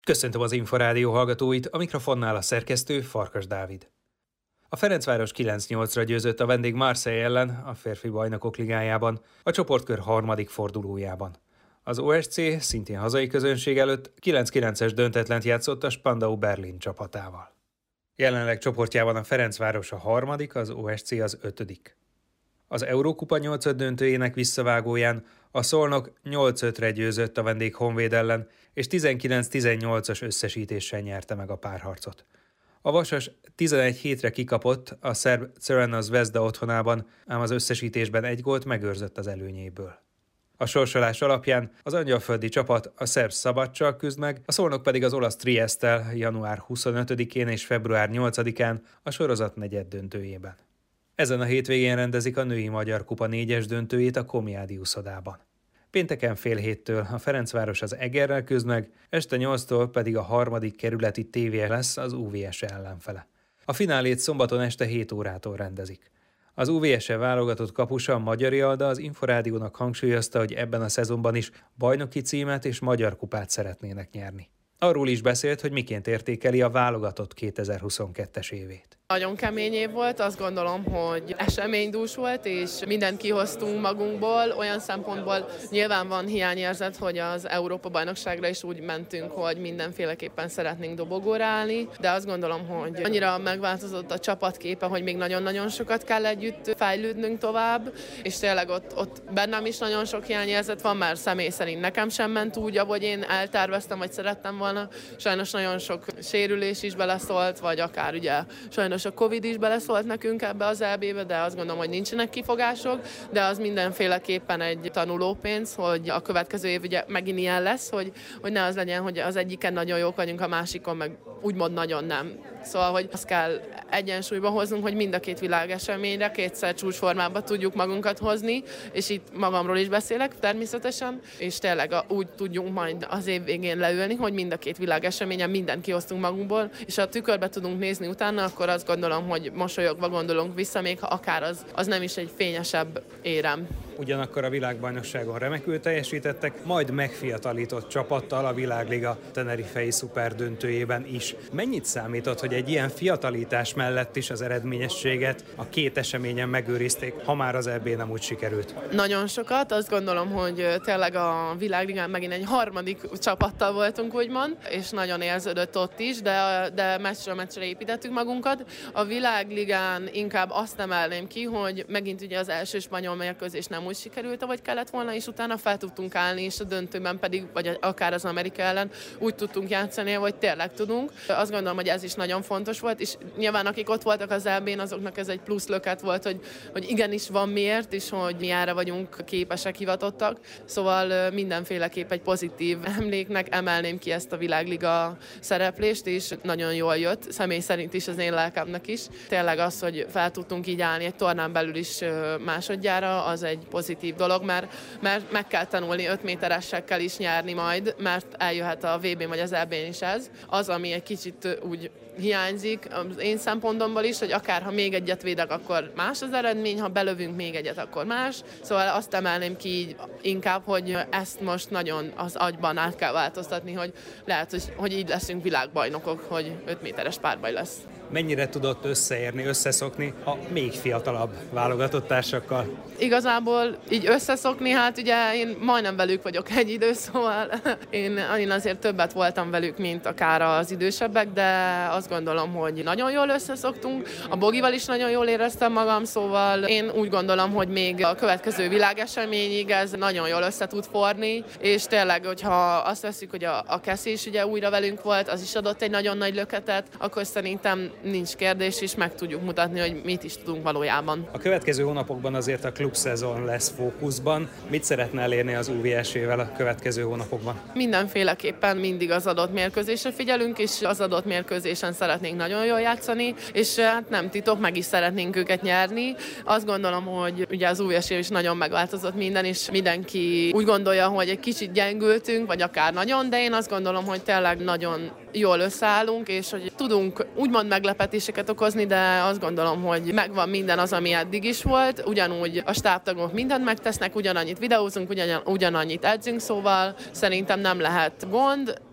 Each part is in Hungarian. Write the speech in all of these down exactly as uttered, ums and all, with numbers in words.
Köszöntöm az Inforádió hallgatóit, a mikrofonnál a szerkesztő Farkas Dávid. A Ferencváros kilenc nyolcra győzött a vendég Marseille ellen a férfi bajnokok ligájában, a csoportkör harmadik fordulójában. Az o es cé szintén hazai közönség előtt kilenc kilences döntetlent játszott a Spandau Berlin csapatával. Jelenleg csoportjában a Ferencváros a harmadik, az o es cé az ötödik. Az Eurókupa nyolcad döntőjének visszavágóján a Szolnok nyolc ötre győzött a vendég Honvéd ellen, és tizenkilenc tizennyolcas összesítéssel nyerte meg a párharcot. A Vasas tizenegy hétre kikapott a szerb Crvena Zvezda otthonában, ám az összesítésben egy gólt megőrzött az előnyéből. A sorsolás alapján az angyalföldi csapat a szerb Szabadcsal küzd meg, a Szolnok pedig az olasz Triesttel január huszonötödikén és február nyolcadikán a sorozat negyed döntőjében. Ezen a hétvégén rendezik a női Magyar Kupa négyes döntőjét a Komjádi uszodában. Pénteken fél héttől a Ferencváros az Egerrel küzd meg, este nyolctól pedig a harmadik kerületi té vé lesz az u vé es ellenfele. A finálét szombaton este hét órától rendezik. Az u vé es válogatott kapusa Magyari Alda az Inforádiónak hangsúlyozta, hogy ebben a szezonban is bajnoki címet és magyar kupát szeretnének nyerni. Arról is beszélt, hogy miként értékeli a válogatott kétezer-huszonkettes évét. Nagyon kemény év volt, azt gondolom, hogy eseménydús volt, és mindent kihoztunk magunkból, olyan szempontból nyilván van hiányérzet, hogy az Európa-bajnokságra is úgy mentünk, hogy mindenféleképpen szeretnénk dobogóra állni, de azt gondolom, hogy annyira megváltozott a csapatképe, hogy még nagyon-nagyon sokat kell együtt fejlődnünk tovább, és tényleg ott, ott bennem is nagyon sok hiányérzet van, már személy szerint nekem sem ment úgy, ahogy én elterveztem, vagy szerettem volna. Sajnos nagyon sok sérülés is beleszólt, vagy akár ugye sajnos a Covid is beleszólt nekünk ebbe az é bébe, de azt gondolom, hogy nincsenek kifogások, de az mindenféleképpen egy tanulópénz, hogy a következő év ugye megint ilyen lesz, hogy, hogy ne az legyen, hogy az egyiken nagyon jók vagyunk, a másikon meg úgymond nagyon nem. Szóval, hogy azt kell egyensúlyba hoznunk, hogy mind a két világeseményre kétszer csúcsformába tudjuk magunkat hozni, és itt magamról is beszélek természetesen, és tényleg úgy tudjunk majd az év végén leülni, hogy mind a két világeseményen mindent kihoztunk magunkból, és ha a tükörbe tudunk nézni utána, akkor azt gondolom, hogy mosolyogva gondolunk vissza, még ha akár az, az nem is egy fényesebb érem. Ugyanakkor a világbajnokságon remekül teljesítettek, majd megfiatalított csapattal a Világliga Tenerifei szuper döntőjében is. Mennyit számított, hogy egy ilyen fiatalítás mellett is az eredményességet a két eseményen megőrizték, ha már az é bé nem úgy sikerült? Nagyon sokat, azt gondolom, hogy tényleg a Világligán megint egy harmadik csapattal voltunk, úgymond, és nagyon érződött ott is, de, de meccsről meccsre építettük magunkat. A Világligán inkább azt emelném ki, hogy megint ugye az első spanyol mérkőzés nem úgy sikerült, ahogy kellett volna, és utána fel tudtunk állni, és a döntőben pedig, vagy akár az Amerika ellen úgy tudtunk játszani, hogy tényleg tudunk. Azt gondolom, hogy ez is nagyon fontos volt, és nyilván akik ott voltak az é bén, azoknak ez egy plusz löket volt, hogy, hogy igenis van miért, és hogy mi erre vagyunk képesek, hivatottak. Szóval mindenféleképp egy pozitív emléknek emelném ki ezt a Világliga szereplést, és nagyon jól jött, személy szerint is, az én lelkemnek is. Tényleg az, hogy fel tudtunk így állni egy tornán belül is másodjára, az egy pozitív dolog, mert, mert meg kell tanulni öt méteresekkel is nyerni majd, mert eljöhet a vé bén vagy az é bén is ez. Az, ami egy kicsit úgy hiányzik az én szempontomból is, hogy akár ha még egyet védek, akkor más az eredmény, ha belövünk még egyet, akkor más. Szóval azt emelném ki így inkább, hogy ezt most nagyon az agyban át kell változtatni, hogy lehet, hogy, hogy így leszünk világbajnokok, hogy öt méteres párbaj lesz. Mennyire tudott összeérni, összeszokni a még fiatalabb válogatott társakkal? Igazából így összeszokni, hát ugye én majdnem velük vagyok egy idő, szóval én, én azért többet voltam velük, mint akár az idősebbek, de azt gondolom, hogy nagyon jól összeszoktunk. A Bogival is nagyon jól éreztem magam, szóval én úgy gondolom, hogy még a következő világeseményig ez nagyon jól össze tud forni, és tényleg, hogyha azt veszük, hogy a, a Keszi is ugye újra velünk volt, az is adott egy nagyon nagy löketet, akkor szerintem nincs kérdés, és meg tudjuk mutatni, hogy mit is tudunk valójában. A következő hónapokban azért a klubszezon lesz fókuszban. Mit szeretne elérni az u vé es-ével a következő hónapokban? Mindenféleképpen mindig az adott mérkőzésre figyelünk, és az adott mérkőzésen szeretnénk nagyon jól játszani, és hát nem titok, meg is szeretnénk őket nyerni. Azt gondolom, hogy ugye az u vé es-él is nagyon megváltozott minden, és mindenki úgy gondolja, hogy egy kicsit gyengültünk, vagy akár nagyon, de én azt gondolom, hogy tényleg nagyon jól összeállunk, és hogy tudunk úgymond meglepetéseket okozni, de azt gondolom, hogy megvan minden az, ami eddig is volt. Ugyanúgy a stábtagok mindent megtesznek, ugyanannyit videózunk, ugyan, ugyanannyit edzünk, szóval szerintem nem lehet gond.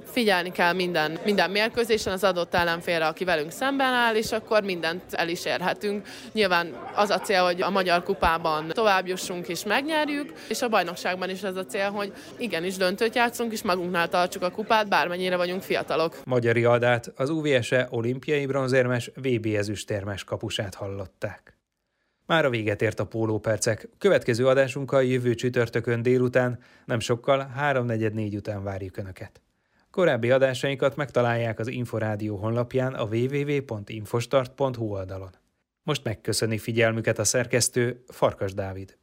figyelni kell minden, minden mérkőzésen az adott ellenfélre, aki velünk szemben áll, és akkor mindent el is érhetünk. Nyilván az a cél, hogy a Magyar Kupában tovább jussunk és megnyerjük, és a bajnokságban is ez a cél, hogy igenis döntőt játszunk, és magunknál tartsuk a kupát, bármennyire vagyunk fiatalok. Magyari Adát, az u vé es e olimpiai bronzérmes, vé bé ezüstérmes kapusát hallották. Mára véget ért a Pólópercek. Következő adásunkkal jövő csütörtökön délután, nem sokkal, háromnegyed négy után várjuk Önöket. Korábbi adásainkat megtalálják az Inforádió honlapján a double-u double-u double-u pont infostart pont hu oldalon. Most megköszöni figyelmüket a szerkesztő, Farkas Dávid.